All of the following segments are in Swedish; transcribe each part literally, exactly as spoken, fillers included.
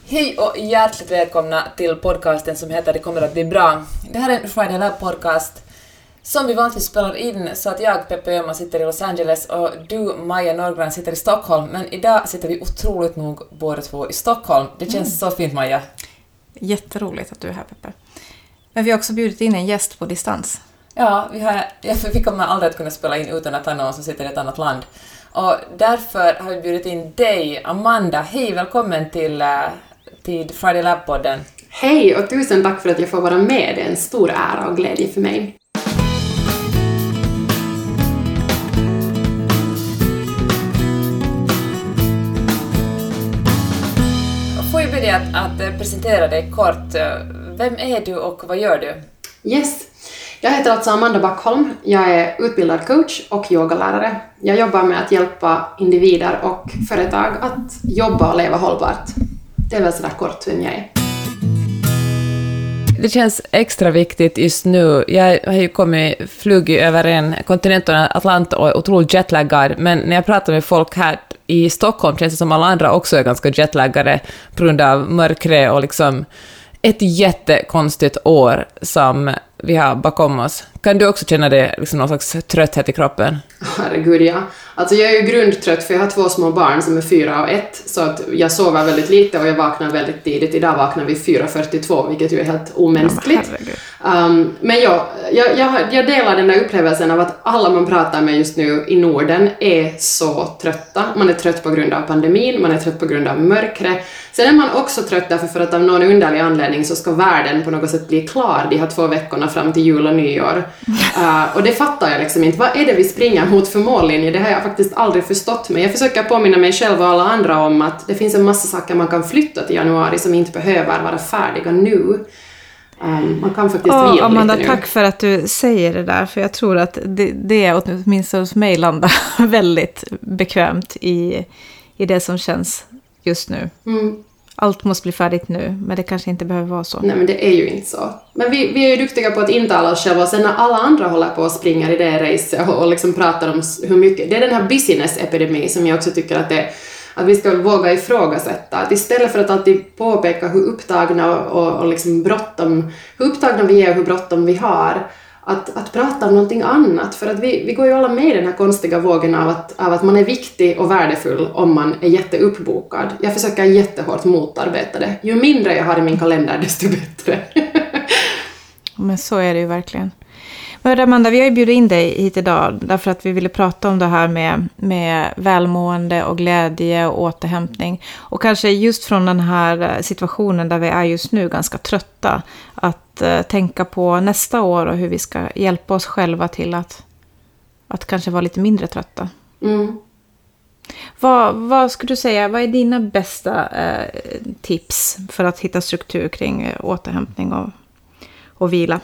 Hej och hjärtligt välkomna till podcasten som heter Det kommer att bli bra. Det här är en Friday Lab podcast som vi vanligtvis spelar in så att jag, Peppe Öhman, sitter i Los Angeles och du, Maja Norgran, sitter i Stockholm. Men idag sitter vi otroligt nog båda två i Stockholm. Det känns mm. så fint, Maja. Jätteroligt att du är här, Peppe. Men vi har också bjudit in en gäst på distans. Ja, vi, har, vi kommer aldrig att kunna spela in utan att ha någon som sitter i ett annat land. Och därför har vi bjudit in dig, Amanda. Hej, välkommen till, till Friday Lab-podden. Hej och tusen tack för att jag får vara med. Det är en stor ära och glädje för mig. Får jag be dig att, att presentera dig kort. Vem är du och vad gör du? Yes. Jag heter alltså Amanda Backholm. Jag är utbildad coach och yogalärare. Jag jobbar med att hjälpa individer och företag att jobba och leva hållbart. Det är väl sådär kort vem jag är. Det känns extra viktigt just nu. Jag har ju kommit flugit över en kontinent och Atlant och är otroligt jetlaggad. Men när jag pratar med folk här i Stockholm känns det som alla andra också är ganska jetlaggade på grund av mörkret och liksom ett jättekonstigt år som vi har bakom oss. Kan du också känna det liksom någon slags trötthet i kroppen? Herregud, ja. Alltså jag är ju grundtrött för jag har två små barn som är fyra och ett. Så att jag sover väldigt lite och jag vaknar väldigt tidigt. Idag vaknar vi fyra fyrtiotvå, vilket ju är helt omänskligt. Ja, um, men jag, jag, jag, jag delar den där upplevelsen av att alla man pratar med just nu i Norden är så trötta. Man är trött på grund av pandemin, man är trött på grund av mörkret. Sen är man också trött därför för att av någon underlig anledning så ska världen på något sätt bli klar de här två veckorna fram till jul och nyår. Uh, och det fattar jag liksom inte. Vad är det vi springer mot för mållinje? Det har jag faktiskt aldrig förstått. Men jag försöker påminna mig själv och alla andra om att det finns en massa saker man kan flytta till januari som inte behöver vara färdiga nu. Um, man kan faktiskt oh, vila Amanda, lite nu. Tack för att du säger det där. För jag tror att det, det är åtminstone hos mig landar väldigt bekvämt i, i det som känns just nu. Mm. Allt måste bli färdigt nu, men det kanske inte behöver vara så. Nej, men det är ju inte så. Men vi, vi är ju duktiga på att intala oss själva. Och sen när alla andra håller på och springer i det racet och, och liksom pratar om hur mycket... Det är den här business-epidemi som jag också tycker att, det, att vi ska våga ifrågasätta. Att istället för att alltid påpeka hur upptagna och, och liksom bråttom... Hur upptagna vi är och hur bråttom vi har... Att, att prata om någonting annat. För att vi, vi går ju alla med i den här konstiga vågen av att, av att man är viktig och värdefull om man är jätteuppbokad. Jag försöker jättehårt motarbeta det. Ju mindre jag har i min kalender, desto bättre. Men så är det ju verkligen. Men Amanda, vi har ju bjudit in dig hit idag därför att vi ville prata om det här med, med välmående och glädje och återhämtning. Och kanske just från den här situationen där vi är just nu ganska trötta. Att uh, tänka på nästa år och hur vi ska hjälpa oss själva till att, att kanske vara lite mindre trötta. Mm. Vad, vad skulle du säga, vad är dina bästa uh, tips för att hitta struktur kring uh, återhämtning och, och vila?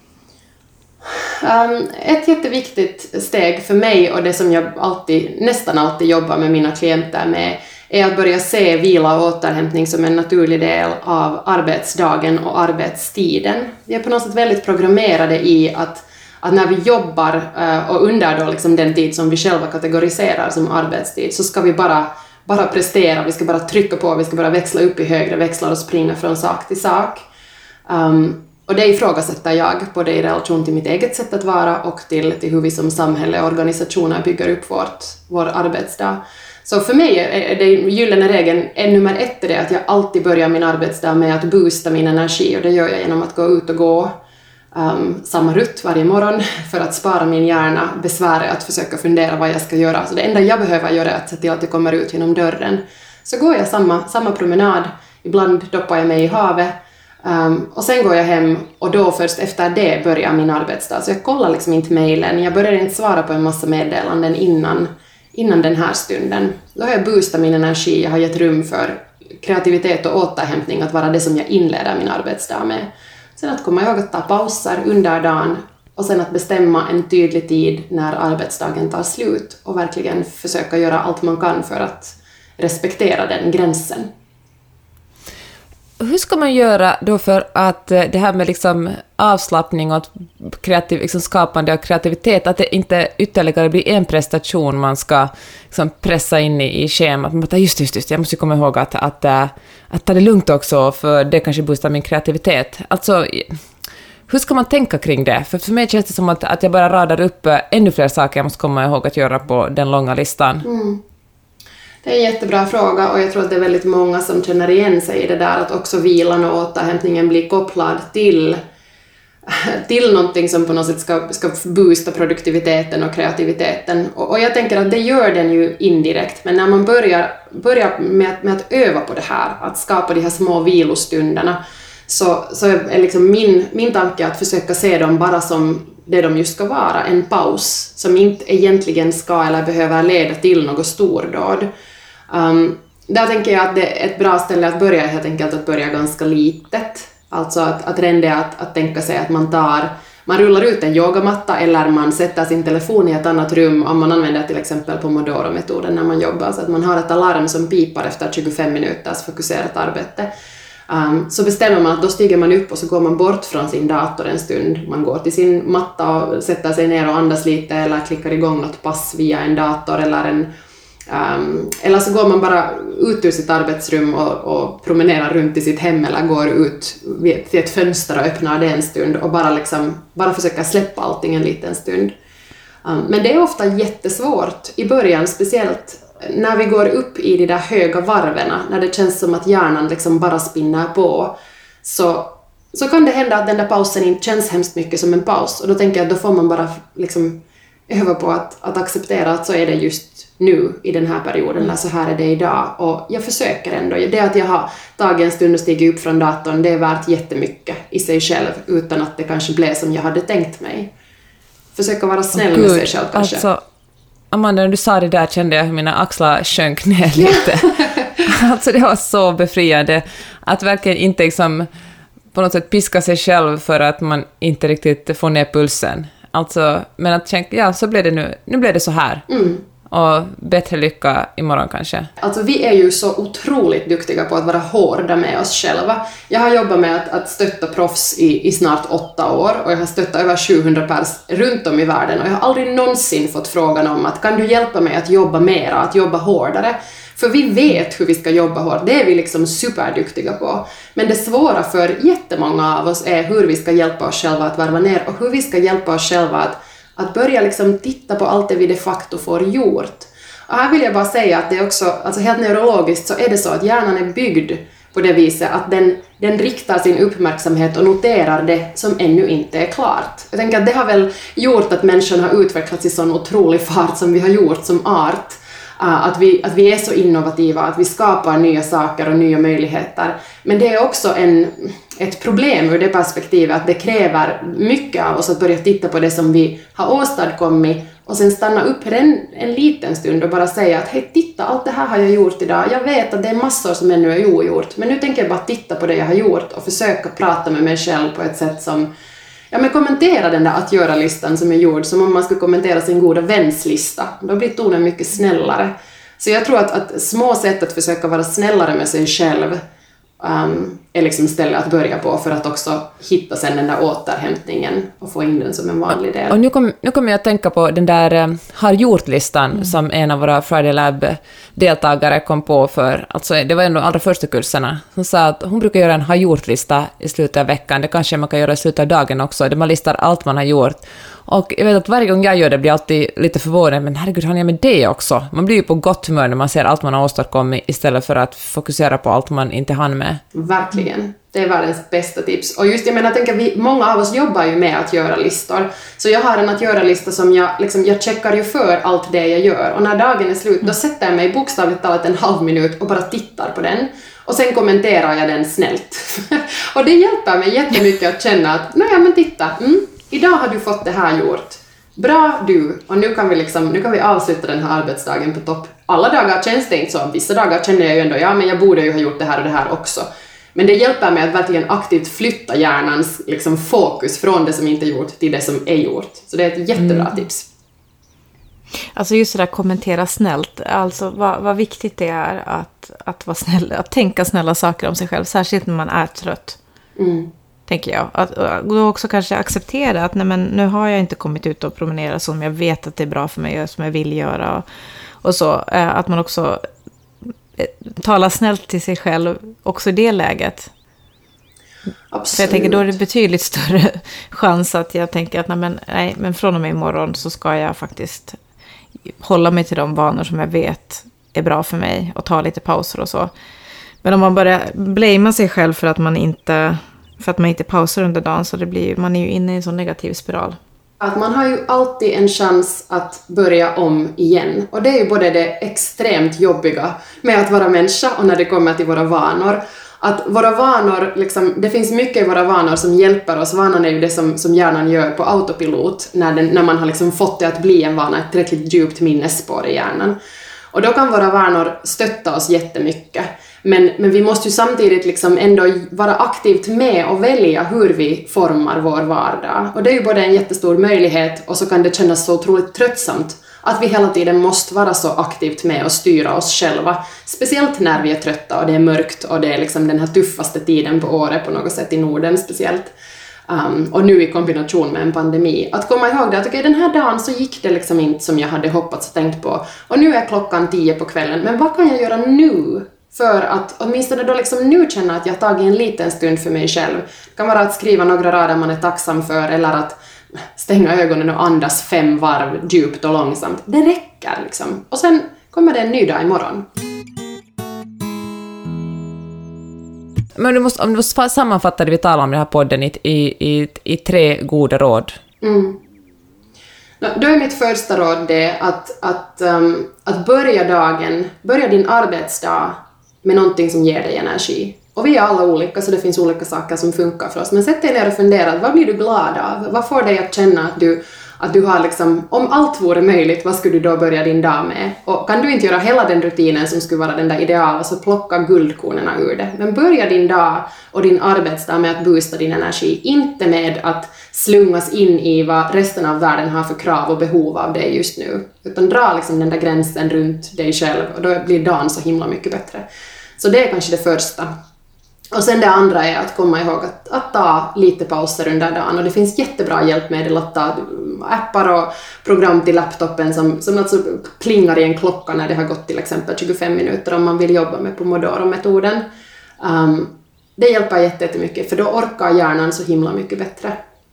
Um, ett jätteviktigt steg för mig och det som jag alltid, nästan alltid jobbar med mina klienter med är att börja se vila och återhämtning som en naturlig del av arbetsdagen och arbetstiden. Vi är på något sätt väldigt programmerade i att, att när vi jobbar uh, och under då liksom den tid som vi själva kategoriserar som arbetstid så ska vi bara, bara prestera, vi ska bara trycka på, vi ska bara växla upp i högre växlar och springa från sak till sak. Um, Och det ifrågasätter jag både i relation till mitt eget sätt att vara och till, till hur vi som samhälle och organisationer bygger upp vårt, vår arbetsdag. Så för mig är det gyllene regeln, är nummer ett är det att jag alltid börjar min arbetsdag med att boosta min energi. Och det gör jag genom att gå ut och gå um, samma rutt varje morgon för att spara min hjärna besväret att försöka fundera vad jag ska göra. Så det enda jag behöver göra är att se till att jag kommer ut genom dörren. Så går jag samma, samma promenad, ibland doppar jag mig i havet. Um, och sen går jag hem och då först efter det börjar min arbetsdag. Så jag kollar liksom inte mejlen. Jag börjar inte svara på en massa meddelanden innan, innan den här stunden. Då har jag boostat min energi. Jag har gett rum för kreativitet och återhämtning att vara det som jag inleder min arbetsdag med. Sen att komma ihåg att ta pauser under dagen. Och sen att bestämma en tydlig tid när arbetsdagen tar slut. Och verkligen försöka göra allt man kan för att respektera den gränsen. hur ska man göra då för att det här med liksom avslappning och kreativ, liksom skapande och kreativitet, att det inte ytterligare blir en prestation man ska liksom pressa in i, i schemat. Man bara, just, just, just, jag måste komma ihåg att, att, att, att ta det lugnt också, för det kanske boostar min kreativitet. Alltså, hur ska man tänka kring det? För för mig känns det som att, att jag bara radar upp ännu fler saker jag måste komma ihåg att göra på den långa listan. Mm. Det är en jättebra fråga, och jag tror att det är väldigt många som känner igen sig i det där, att också vilan och återhämtningen blir kopplad till, till någonting som på något sätt ska, ska boosta produktiviteten och kreativiteten. Och, och jag tänker att det gör den ju indirekt, men när man börjar, börjar med, att, med att öva på det här, att skapa de här små vilostunderna, så, så är liksom min, min tanke att försöka se dem bara som det de just ska vara, en paus som inte egentligen ska eller behöver leda till något stordåd. Um, där tänker jag att det är ett bra ställe att börja, helt enkelt att börja ganska litet. Alltså att, att rända att, att tänka sig att man tar, man rullar ut en yogamatta eller man sätter sin telefon i ett annat rum, om man använder till exempel Pomodoro-metoden när man jobbar, så att man har ett alarm som pipar efter tjugofem minuters fokuserat arbete. Um, så bestämmer man att då stiger man upp och så går man bort från sin dator en stund. Man går till sin matta och sätter sig ner och andas lite, eller klickar igång något pass via en dator, eller en um, eller så går man bara ut ur sitt arbetsrum och, och promenerar runt i sitt hem, eller går ut till ett fönster och öppnar det en stund och bara, liksom, bara försöker släppa allting en liten stund. Um, men det är ofta jättesvårt i början, speciellt när vi går upp i de där höga varverna, när det känns som att hjärnan liksom bara spinner på, så, så kan det hända att den där pausen inte känns hemskt mycket som en paus. Och då tänker jag att då får man bara liksom öva på att, att acceptera att så är det just nu i den här perioden, eller så här är det idag. Och jag försöker ändå. Det att jag har tagit en stund och stigit upp från datorn, det är värt jättemycket i sig själv, utan att det kanske blev som jag hade tänkt mig. Försöka vara snäll oh, med sig själv kanske. Alltså... Amanda, när du sa det där kände jag hur mina axlar sjönk ner lite. Alltså det var så befriande att verkligen inte liksom på något sätt piska sig själv för att man inte riktigt får ner pulsen. Alltså, men att tänka, ja, så blev det nu. Nu blev det så här. Mm. Och bättre lycka imorgon kanske. Alltså vi är ju så otroligt duktiga på att vara hårda med oss själva. Jag har jobbat med att, att stötta proffs i, i snart åtta år, och jag har stöttat över sjuhundra pers runt om i världen, och jag har aldrig någonsin fått frågan om att kan du hjälpa mig att jobba mera, att jobba hårdare? För vi vet hur vi ska jobba hårt, det är vi liksom superduktiga på. Men det svåra för jättemånga av oss är hur vi ska hjälpa oss själva att varva ner, och hur vi ska hjälpa oss själva att Att börja liksom titta på allt det vi de facto får gjort. Och här vill jag bara säga att det är också, alltså helt neurologiskt så är det så att hjärnan är byggd på det viset att den, den riktar sin uppmärksamhet och noterar det som ännu inte är klart. Jag tänker att det har väl gjort att människan har utvecklats i sån otrolig fart som vi har gjort som art. Att vi, att vi är så innovativa, att vi skapar nya saker och nya möjligheter. Men det är också en, ett problem ur det perspektivet att det kräver mycket av oss att börja titta på det som vi har åstadkommit och sen stanna upp en, en liten stund och bara säga att hej, titta, allt det här har jag gjort idag. Jag vet att det är massor som ännu är ogjort, men nu tänker jag bara titta på det jag har gjort och försöka prata med mig själv på ett sätt som, ja, men kommentera den där att göra-listan som är gjord som om man skulle kommentera sin goda väns lista. Då blir tonen mycket snällare. Så jag tror att, att små sätt att försöka vara snällare med sig själv um, är liksom stället att börja på för att också hitta sen den där återhämtningen och få in den som en vanlig del. Och nu kommer nu kom jag att tänka på den där um, har gjort-listan mm. som en av våra Friday Lab-deltagare kom på för, alltså det var en av de allra första kurserna. Hon sa att hon brukar göra en har gjort-lista i slutet av veckan. Det kanske man kan göra i slutet av dagen också, där man listar allt man har gjort. Och jag vet att varje gång jag gör det blir jag alltid lite förvånad, men herregud, har ni med det också? Man blir ju på gott humör när man ser allt man har åstadkommit istället för att fokusera på allt man inte hann med. Verkligen. Det är världens bästa tips. Och just, jag menar, jag tänker, vi, många av oss jobbar ju med att göra listor. Så jag har en att göra-lista som jag, liksom, jag checkar ju för allt det jag gör. Och när dagen är slut, då sätter jag mig bokstavligt talat en halv minut och bara tittar på den. Och sen kommenterar jag den snällt. Och det hjälper mig jättemycket att känna att, nej men titta, mm, idag har du fått det här gjort. Bra du, och nu kan vi liksom, nu kan vi avsluta den här arbetsdagen på topp. Alla dagar känns det inte så, vissa dagar känner jag ju ändå, ja men jag borde ju ha gjort det här och det här också. Men det hjälper mig att verkligen aktivt flytta hjärnans liksom, fokus från det som inte är gjort till det som är gjort. Så det är ett jättebra mm. tips. Alltså just det där kommentera snällt. Alltså vad, vad viktigt det är att, att vara snäll, att tänka snälla saker om sig själv. Särskilt när man är trött. Mm. Tänker jag. Att då också kanske acceptera att nej, men nu har jag inte kommit ut och promenera som jag vet att det är bra för mig och som jag vill göra. Och, och så. Att man också talar snällt till sig själv också i det läget. Absolut. För jag tänker då är det betydligt större chans att jag tänker att nej men, nej, men från och med imorgon så ska jag faktiskt hålla mig till de vanor som jag vet är bra för mig och ta lite pauser och så. Men om man börjar blamea sig själv för att man inte för att man inte pausar under dagen så det blir, man är ju inne i en sån negativ spiral. Att man har ju alltid en chans att börja om igen. Och det är ju både det extremt jobbiga med att vara människa och när det kommer till våra vanor. Att våra vanor, liksom, det finns mycket i våra vanor som hjälper oss. Vanan är ju det som, som hjärnan gör på autopilot när, den, när man har liksom fått det att bli en vana, ett tillräckligt djupt minnesspår i hjärnan. Och då kan våra vanor stötta oss jättemycket. Men, men vi måste ju samtidigt liksom ändå vara aktivt med och välja hur vi formar vår vardag. Och det är ju både en jättestor möjlighet och så kan det kännas så otroligt tröttsamt att vi hela tiden måste vara så aktivt med och styra oss själva. Speciellt när vi är trötta och det är mörkt och det är liksom den här tuffaste tiden på året på något sätt i Norden speciellt. Um, och nu i kombination med en pandemi. Att komma ihåg det att okay, den här dagen så gick det liksom inte som jag hade hoppats och tänkt på. Och nu är klockan tio på kvällen. Men vad kan jag göra nu? För att åtminstone då liksom nu känna att jag tagit en liten stund för mig själv. Det kan vara att skriva några rader man är tacksam för eller att stänga ögonen och andas fem varv djupt och långsamt. Det räcker liksom. Och sen kommer det en ny dag imorgon. Men du måste, om du måste sammanfatta det vi talar om i den här podden i, i, i, i tre goda råd. Mm. Då är mitt första råd det att, att, um, att börja dagen, börja din arbetsdag med någonting som ger dig energi. Och vi är alla olika så det finns olika saker som funkar för oss. Men sätt dig ner och fundera, vad blir du glad av? Vad får dig att känna att du, att du har liksom, om allt vore möjligt, vad skulle du då börja din dag med? Och kan du inte göra hela den rutinen som skulle vara den där ideala så plocka guldkornen ur det. Men börja din dag och din arbetsdag med att boosta din energi. Inte med att slungas in i vad resten av världen har för krav och behov av dig just nu. Utan dra liksom den där gränsen runt dig själv och då blir dagen så himla mycket bättre. Så det är kanske det första. Och sen det andra är att komma ihåg att, att ta lite pauser under dagen. Och det finns jättebra hjälpmedel att ta appar och program till laptopen som, som alltså plingar i en klocka när det har gått till exempel tjugofem minuter om man vill jobba med Pomodoro-metoden. Um, det hjälper jättemycket för då orkar hjärnan så himla mycket bättre.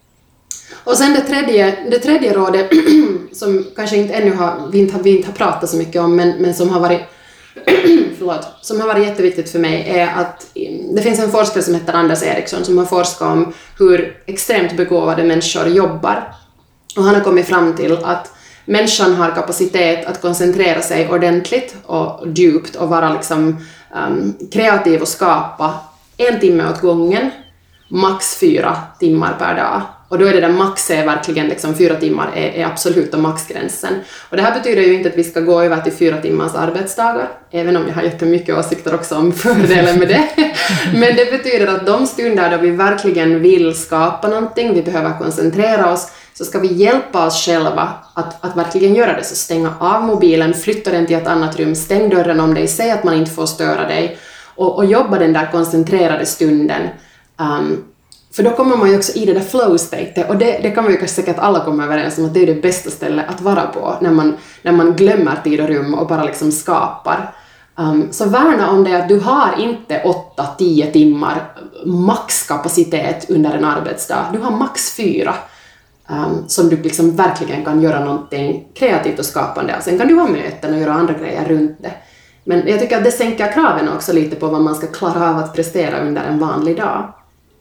Och sen det tredje, det tredje rådet som kanske inte ännu har, vi inte har, vi inte har pratat så mycket om men, men som har varit Förlåt, som har varit jätteviktigt för mig är att det finns en forskare som heter Anders Eriksson som har forskat om hur extremt begåvade människor jobbar. Och han har kommit fram till att människan har kapacitet att koncentrera sig ordentligt och djupt och vara liksom, um, kreativ och skapa en timme åt gången, max fyra timmar per dag. Och då är det där max är verkligen liksom fyra timmar är, är absoluta maxgränsen. Och det här betyder ju inte att vi ska gå över till fyra timmars arbetsdagar. Även om jag har jättemycket åsikter också om fördelen med det. Men det betyder att de stunder då vi verkligen vill skapa någonting, vi behöver koncentrera oss, så ska vi hjälpa oss själva att, att verkligen göra det. Så stänga av mobilen, flytta den till ett annat rum, stäng dörren om dig, säg att man inte får störa dig. Och, och jobba den där koncentrerade stunden. Um, För då kommer man ju också i det där flow-state och det, det kan man ju kanske säkert alla komma överens om att det är det bästa stället att vara på när man, när man glömmer tid och rum och bara liksom skapar. Um, så värna om det att du har inte åtta till tio timmar maxkapacitet under en arbetsdag. Du har max fyra um, som du liksom verkligen kan göra någonting kreativt och skapande. Sen kan du ha möten och göra andra grejer runt det. Men jag tycker att det sänker kraven också lite på vad man ska klara av att prestera under en vanlig dag.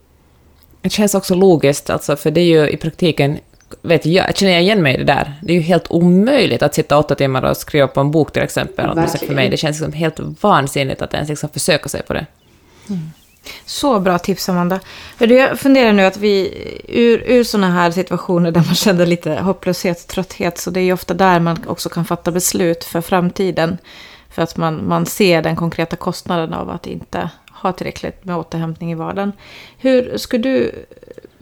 Det känns också logiskt, alltså, för det är ju i praktiken, vet jag, jag känner igen mig i det där. Det är ju helt omöjligt att sitta åtta timmar och skriva på en bok till exempel. För mig. Det känns liksom helt vansinnigt att ens liksom försöka sig på det. Mm. Så bra tips, Amanda. För jag funderar nu att vi, ur, ur såna här situationer där man känner lite hopplöshet, trötthet, så det är ju ofta där man också kan fatta beslut för framtiden. För att man, man ser den konkreta kostnaden av att inte ha tillräckligt med återhämtning i vardagen. Hur skulle du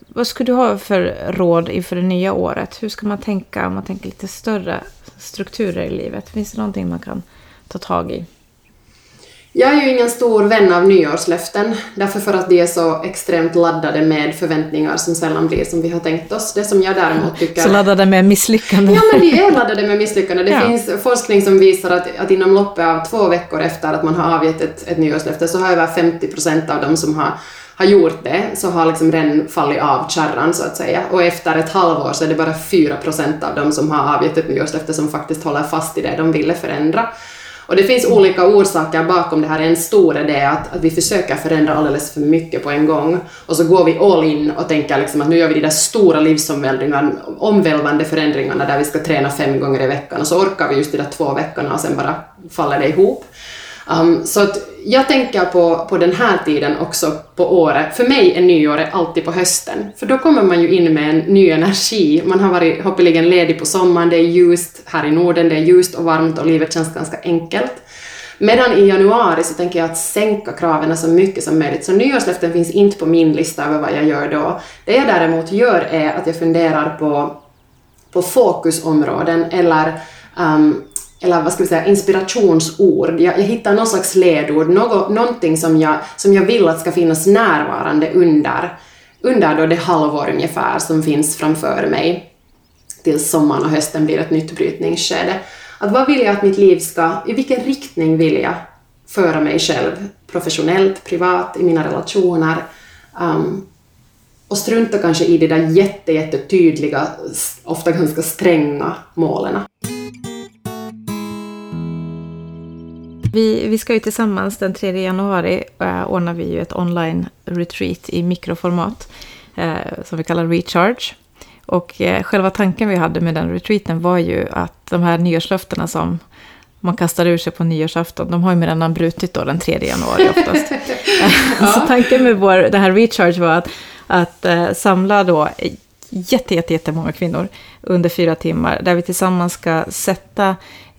vad skulle du ha för råd inför det nya året? Hur ska man tänka om man tänker lite större strukturer i livet? Finns det någonting man kan ta tag i? Jag är ju ingen stor vän av nyårslöften, därför för att de är så extremt laddade med förväntningar som sällan blir som vi har tänkt oss. Det som jag däremot tycker... Så laddade med misslyckanden. Ja, men de är laddade med misslyckanden. Det ja. finns forskning som visar att, att inom loppet av två veckor efter att man har avgett ett, ett nyårslöfte så har över femtio procent av dem som har, har gjort det så har liksom redan fallit av kärran så att säga. Och efter ett halvår så är det bara fyra procent av dem som har avgett ett nyårslöfte som faktiskt håller fast i det de ville förändra. Och det finns olika orsaker bakom det här. En stor är det att, att vi försöker förändra alldeles för mycket på en gång. Och så går vi all in och tänker liksom att nu gör vi de där stora livsomvälvningarna, omvälvande förändringarna där vi ska träna fem gånger i veckan. Och så orkar vi just de där två veckorna och sen bara faller det ihop. Um, så att jag tänker på, på den här tiden också på året. För mig är nyåret alltid på hösten. För då kommer man ju in med en ny energi. Man har varit hoppeligen ledig på sommaren. Det är ljust här i Norden. Det är ljust och varmt och livet känns ganska enkelt. Medan i januari så tänker jag att sänka kraven så mycket som möjligt. Så nyårslöften finns inte på min lista över vad jag gör då. Det jag däremot gör är att jag funderar på, på fokusområden eller... Um, eller vad ska vi säga, inspirationsord. Jag, jag hittar någon slags ledord, något, någonting som jag, som jag vill att ska finnas närvarande under, under då det halvår ungefär som finns framför mig. Tills sommaren och hösten blir ett nytt brytningsskede. Att vad vill jag att mitt liv ska, i vilken riktning vill jag föra mig själv? Professionellt, privat, i mina relationer. Um, och strunta kanske i de där jätte, jätte tydliga, ofta ganska stränga målen. Vi, vi ska ju tillsammans den tredje januari äh, ordnar vi ju ett online retreat i mikroformat äh, som vi kallar Recharge. Och äh, själva tanken vi hade med den retreaten var ju att de här nyårslöftena som man kastar ur sig på nyårsafton, de har ju med den brutit då den tredje januari oftast. Ja. Så tanken med vår, det här Recharge var att, att äh, samla då jätte, jätte, jättemånga kvinnor under fyra timmar där vi tillsammans ska sätta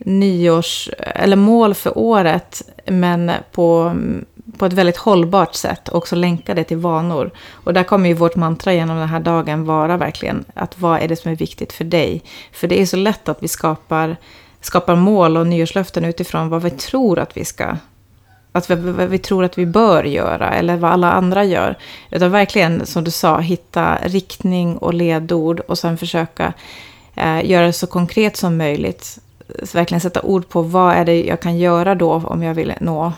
nyårs eller mål för året men på, på ett väldigt hållbart sätt och också länka det till vanor. Och där kommer ju vårt mantra genom den här dagen vara verkligen att vad är det som är viktigt för dig? För det är så lätt att vi skapar, skapar mål och nyårslöften utifrån vad vi tror att vi ska att vi, vad vi tror att vi bör göra eller vad alla andra gör. Utan verkligen, som du sa, hitta riktning och ledord och sen försöka eh, göra det så konkret som möjligt. Verkligen sätta ord på vad är det jag kan göra då om jag vill nå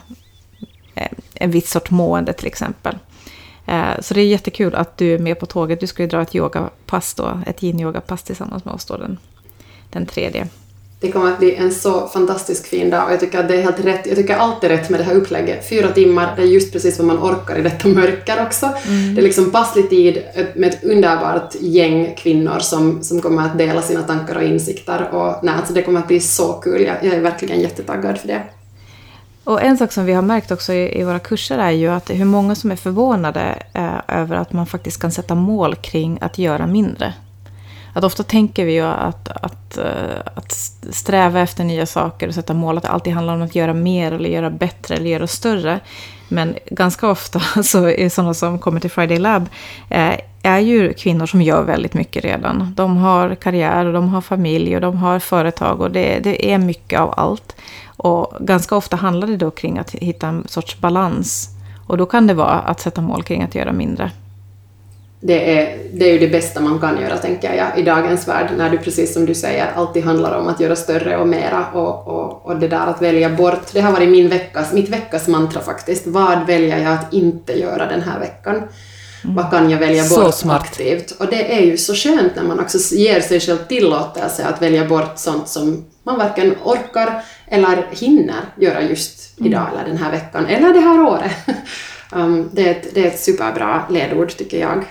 eh, en viss sorts mående till exempel. Eh, så det är jättekul att du är med på tåget. Du ska ju dra ett yogapass då, ett yin-yogapass tillsammans med oss då den, den tredje. Det kommer att bli en så fantastisk fin dag och jag tycker att det är helt rätt. Jag tycker alltid rätt med det här upplägget. Fyra timmar, det är just precis vad man orkar i detta mörker också. Mm. Det är liksom passlig tid med ett underbart gäng kvinnor som, som kommer att dela sina tankar och insikter. Och nej, alltså det kommer att bli så kul. Jag, jag är verkligen jättetaggad för det. Och en sak som vi har märkt också i, i våra kurser är ju att hur många som är förvånade eh, över att man faktiskt kan sätta mål kring att göra mindre. Att ofta tänker vi ju att, att, att sträva efter nya saker och sätta mål, att det alltid handlar om att göra mer eller göra bättre eller göra större. Men ganska ofta så är sådana som kommer till Friday Lab eh, är ju kvinnor som gör väldigt mycket redan. De har karriär och de har familj och de har företag och det, det är mycket av allt. Och ganska ofta handlar det då kring att hitta en sorts balans. Och då kan det vara att sätta mål kring att göra mindre. Det är, det är ju det bästa man kan göra, tänker jag, i dagens värld. När du, precis som du säger, alltid handlar om att göra större och mera. Och, och, och det där att välja bort, det har varit min veckas, mitt veckas mantra faktiskt. Vad väljer jag att inte göra den här veckan? Mm. Vad kan jag välja bort aktivt? Och det är ju så skönt när man också ger sig själv tillåtelse att välja bort sånt som man varken orkar eller hinner göra just idag mm. eller den här veckan. Eller det här året. um, det, är ett, det är ett superbra ledord, tycker jag.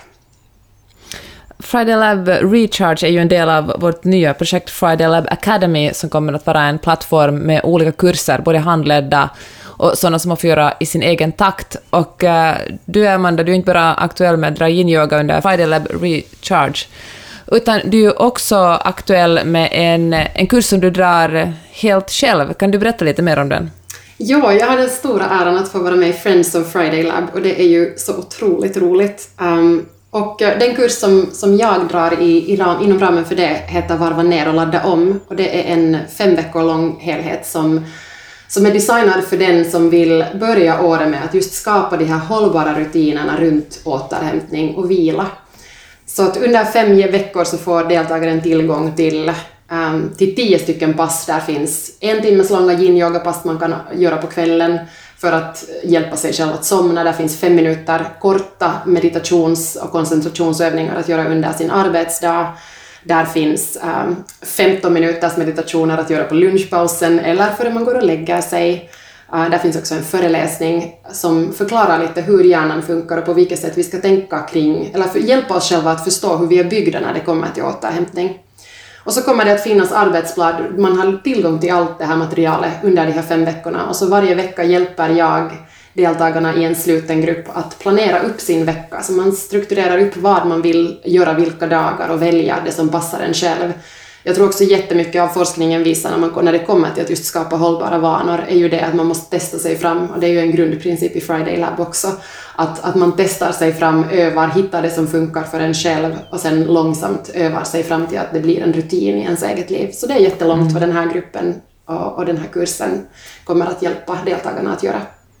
Friday Lab Recharge är ju en del av vårt nya projekt Friday Lab Academy som kommer att vara en plattform med olika kurser, både handledda och sådana som man får göra i sin egen takt. Och uh, du, Amanda, du är inte bara aktuell med att dra in yoga under Friday Lab Recharge, utan du är också aktuell med en, en kurs som du drar helt själv. Kan du berätta lite mer om den? Ja, jag har den stora äran att få vara med i Friends of Friday Lab och det är ju så otroligt roligt. Um, Och den kurs som, som jag drar i, i ram, inom ramen för det heter Varva ner och ladda om. Och det är en fem veckor lång helhet som, som är designad för den som vill börja året med att just skapa de här hållbara rutinerna runt återhämtning och vila. Så att under fem veckor så får deltagaren tillgång till, um, till tio stycken pass. Där finns en timmes långa yin-yoga-pass man kan göra på kvällen för att hjälpa sig själv att somna. Där finns fem minuter korta meditations- och koncentrationsövningar att göra under sin arbetsdag. Där finns um, femton minuters meditationer att göra på lunchpausen eller före man går och lägger sig. Uh, där finns också en föreläsning som förklarar lite hur hjärnan funkar och på vilket sätt vi ska tänka kring, eller för, hjälpa oss själva att förstå hur vi är byggda när det kommer till återhämtning. Och så kommer det att finnas arbetsblad, man har tillgång till allt det här materialet under de här fem veckorna och så varje vecka hjälper jag deltagarna i en sluten grupp att planera upp sin vecka. Så man strukturerar upp vad man vill göra vilka dagar och välja det som passar en själv. Jag tror också jättemycket av forskningen visar när, man, när det kommer till att just skapa hållbara vanor är ju det att man måste testa sig fram, och det är ju en grundprincip i Friday Lab också, att, att man testar sig fram, övar, hittar det som funkar för en själv och sen långsamt övar sig fram till att det blir en rutin i ens eget liv. Så det är jättelångt mm. vad den här gruppen och, och den här kursen kommer att hjälpa deltagarna att göra.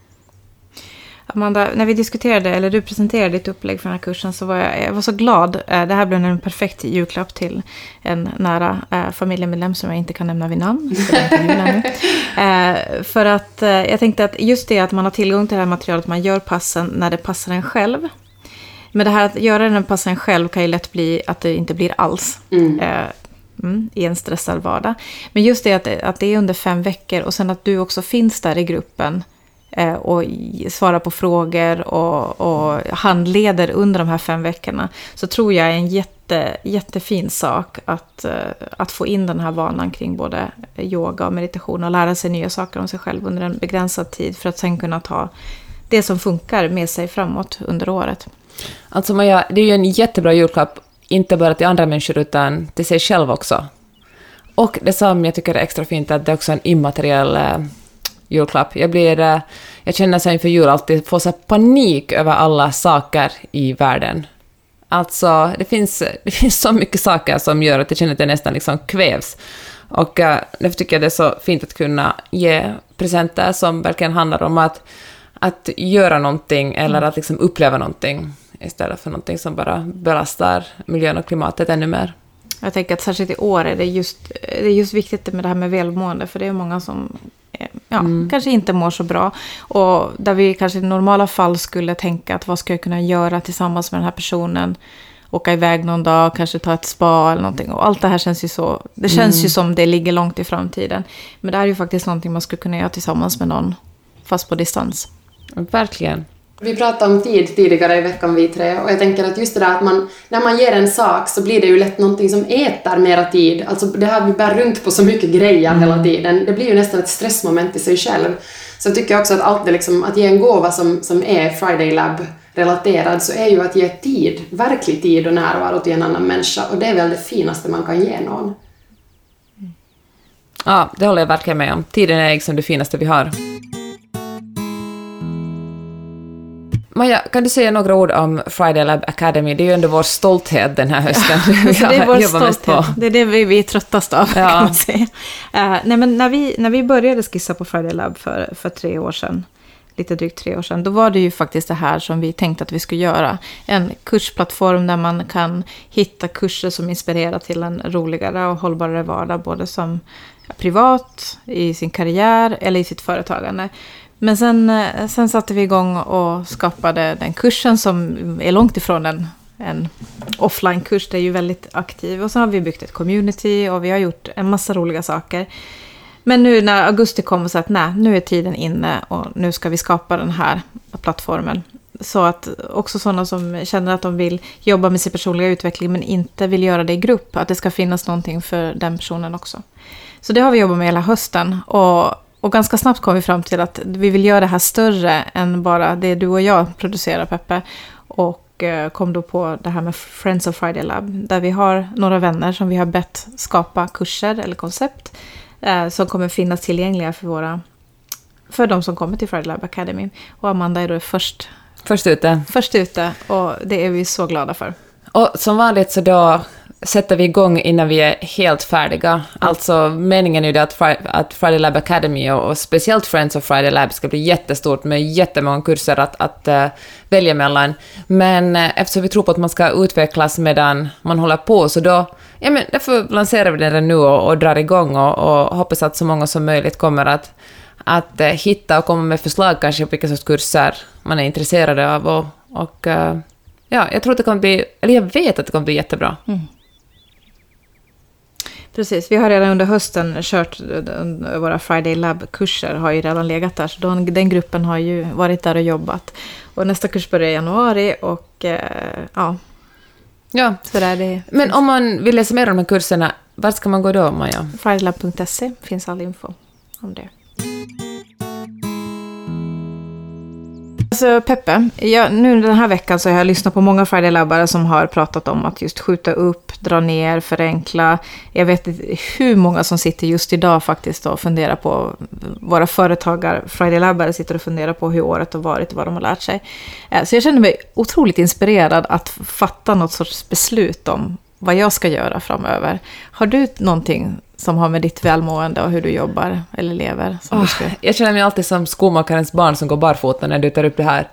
Amanda, när vi diskuterade, eller du presenterade ditt upplägg för den här kursen så var jag, jag var så glad. Det här blev en perfekt julklapp till en nära eh, familjemedlem som jag inte kan nämna vid namn. För, eh, för att eh, jag tänkte att just det att man har tillgång till det här materialet, man gör passen när det passar en själv. Men det här att göra den passar en själv kan ju lätt bli att det inte blir alls. Mm. Eh, Mm, i en stressad vardag. Men just det att, att det är under fem veckor och sen att du också finns där i gruppen eh, och svarar på frågor och, och handleder under de här fem veckorna, så tror jag är en jätte, jättefin sak att, eh, att få in den här vanan kring både yoga och meditation och lära sig nya saker om sig själv under en begränsad tid för att sen kunna ta det som funkar med sig framåt under året. Alltså Maja, det är ju en jättebra julklapp, inte bara till andra människor utan till sig själv också. Och det som jag tycker är extra fint är att det är också en immateriell eh, julklapp. Jag, blir, eh, jag känner sig inför jul alltid få så panik över alla saker i världen. Alltså det finns, det finns så mycket saker som gör att jag känner att jag nästan liksom kvävs. Och eh, därför tycker jag det är så fint att kunna ge presenter som verkligen handlar om att, att göra någonting eller att liksom uppleva någonting. Istället för någonting som bara belastar miljön och klimatet ännu mer. Jag tänker att särskilt i år är det just, det är just viktigt med det här med välmående. För det är många som ja, mm. kanske inte mår så bra. Och där vi kanske i normala fall skulle tänka att vad ska jag kunna göra tillsammans med den här personen. Åka iväg någon dag, kanske ta ett spa eller någonting. Och allt det här känns ju så, det känns mm. ju som det ligger långt i framtiden. Men det är ju faktiskt någonting man skulle kunna göra tillsammans med någon, fast på distans. Verkligen. Vi pratade om tid tidigare i veckan vi tre och jag tänker att just det där att man, när man ger en sak så blir det ju lätt någonting som äter mera tid. Alltså det här vi bär runt på så mycket grejer mm. hela tiden. Det blir ju nästan ett stressmoment i sig själv. Så jag tycker också att allt det liksom, att ge en gåva som, som är Friday Lab relaterad så är ju att ge tid, verklig tid och närvaro till en annan människa, och det är väl det finaste man kan ge någon. Ja, det håller jag verkligen med om. Tiden är liksom det finaste vi har. Maja, kan du säga några ord om Friday Lab Academy? Det är ju ändå vår stolthet den här hösten. Ja, det är vår stolthet. På. Det är det vi, vi är tröttast av, ja. Kan man säga. Uh, nej, men när vi, när vi började skissa på Friday Lab för, för tre år sedan, lite drygt tre år sedan, då var det ju faktiskt det här som vi tänkte att vi skulle göra. En kursplattform där man kan hitta kurser som inspirerar till en roligare och hållbarare vardag, både som privat, i sin karriär eller i sitt företagande. Men sen, sen satte vi igång och skapade den kursen som är långt ifrån en, en offline-kurs. Det är ju väldigt aktiv. Och så har vi byggt ett community och vi har gjort en massa roliga saker. Men nu när augusti kom och sa att nej, nu är tiden inne och nu ska vi skapa den här plattformen. Så att också sådana som känner att de vill jobba med sin personliga utveckling men inte vill göra det i grupp, att det ska finnas någonting för den personen också. Så det har vi jobbat med hela hösten, och Och ganska snabbt kom vi fram till att vi vill göra det här större än bara det du och jag producerar, Peppe. Och kom då på det här med Friends of Friday Lab. Där vi har några vänner som vi har bett skapa kurser eller koncept. Eh, som kommer finnas tillgängliga för, våra, för de som kommer till Friday Lab Academy. Och Amanda är då först Först ute. Först ute, och det är vi så glada för. Och som vanligt så då sätter vi igång innan vi är helt färdiga. Mm. Alltså meningen är ju det att, Fri- att Friday Lab Academy och, och speciellt Friends of Friday Lab ska bli jättestort med jättemånga kurser att, att uh, välja mellan. Men uh, eftersom vi tror på att man ska utvecklas medan man håller på, så då ja, men därför lanserar vi den nu och, och drar igång och, och hoppas att så många som möjligt kommer att, att uh, hitta och komma med förslag kanske på vilka sorts kurser man är intresserad av. Och, och uh, ja, jag tror att det kan bli, eller jag vet att det kan bli jättebra. Mm. Precis, vi har redan under hösten kört våra Friday Lab-kurser, har ju redan legat där, så den, den gruppen har ju varit där och jobbat. Och nästa kurs börjar i januari och eh, ja, ja. Så där det. Men om man vill läsa mer om de här kurserna, vart ska man gå då, Maja? fridaylab punkt se finns all info om det. Alltså Peppe, jag, nu den här veckan så har jag lyssnat på många Friday Labbare som har pratat om att just skjuta upp, dra ner, förenkla. Jag vet inte hur många som sitter just idag faktiskt och funderar på, våra företagare, Friday Labbare sitter och funderar på hur året har varit och vad de har lärt sig. Så jag känner mig otroligt inspirerad att fatta något sorts beslut om vad jag ska göra framöver. Har du någonting som har med ditt välmående och hur du jobbar eller lever? Som oh, du ska... Jag känner mig alltid som skomakarens barn som går barfota när du tar upp det här.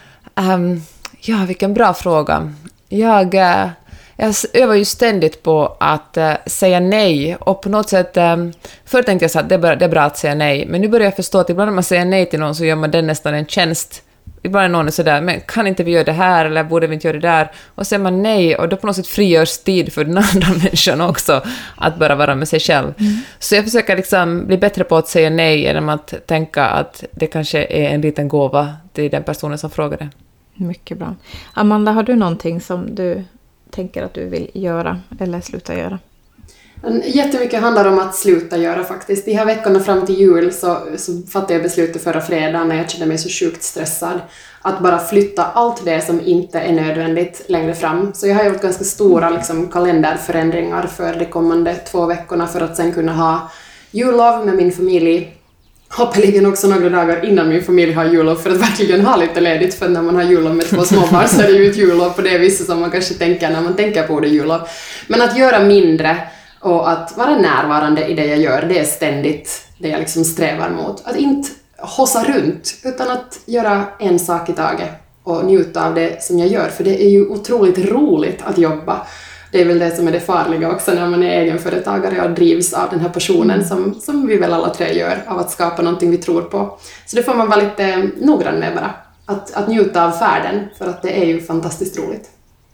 Um, ja, vilken bra fråga. Jag, uh, jag övar ju ständigt på att uh, säga nej. Och på något sätt, um, förr tänkte jag så att det är, bra, det är bra att säga nej. Men nu börjar jag förstå att ibland när man säger nej till någon så gör man den nästan en tjänst. Ibland är någon sådär, men kan inte vi göra det här eller borde vi inte göra det där? Och säger man nej och då på något sätt frigörs tid för den andra människan också att bara vara med sig själv. Mm. Så jag försöker liksom bli bättre på att säga nej genom att tänka att det kanske är en liten gåva till den personen som frågar det. Mycket bra. Amanda, har du någonting som du tänker att du vill göra eller sluta göra? Jättemycket handlar om att sluta göra faktiskt. De här veckorna fram till jul så, så fattade jag beslutet förra fredagen när jag kände mig så sjukt stressad. Att bara flytta allt det som inte är nödvändigt längre fram. Så jag har gjort ganska stora liksom, kalenderförändringar för de kommande två veckorna för att sen kunna ha jullov med min familj. Hoppeligen också några dagar innan min familj har jullov för att verkligen ha lite ledigt, för när man har jullov med två småbarn så är det ju ett jullov på det viset som man kanske tänker när man tänker på det jullov. Men att göra mindre och att vara närvarande i det jag gör, det är ständigt det jag liksom strävar mot. Att inte hossa runt, utan att göra en sak i taget och njuta av det som jag gör. För det är ju otroligt roligt att jobba. Det är väl det som är det farliga också när man är egenföretagare och drivs av den här passionen som, som vi väl alla tre gör, av att skapa någonting vi tror på. Så det får man vara lite noggrann med bara. Att, att njuta av färden, för att det är ju fantastiskt roligt.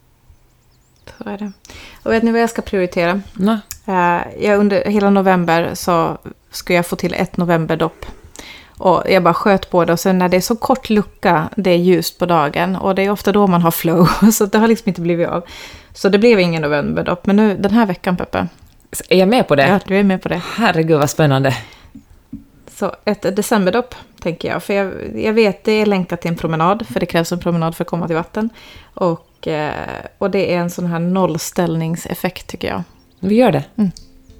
Så är det. Och vet ni vad jag ska prioritera? Nej. Jag under hela november så ska jag få till ett novemberdopp. Och jag bara sköt på det. Och sen när det är så kort lucka, det är ljust på dagen. Och det är ofta då man har flow. Så det har liksom inte blivit av. Så det blev ingen novemberdopp. Men nu den här veckan, Peppe. Är jag med på det? Ja, du är med på det. Herregud, vad spännande. Så ett decemberdopp, tänker jag. För jag, jag vet, det är länkat till en promenad. För det krävs en promenad för att komma till vatten. Och, och det är en sån här nollställningseffekt, tycker jag. Vi gör det. Mm.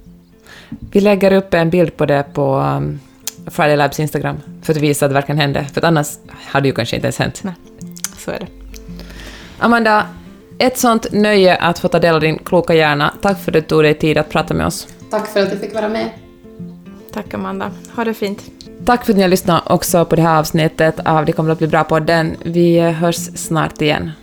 Vi lägger upp en bild på det på um, Friday Labs Instagram för att visa att det verkligen hände. För att annars hade ju kanske inte ens hänt. Nej, så är det. Amanda, ett sånt nöje att få ta del av din kloka hjärna. Tack för att du tog dig tid att prata med oss. Tack för att jag fick vara med. Tack Amanda. Ha det fint. Tack för att ni har lyssnat också på det här avsnittet av Det kommer att bli bra podden. Vi hörs snart igen.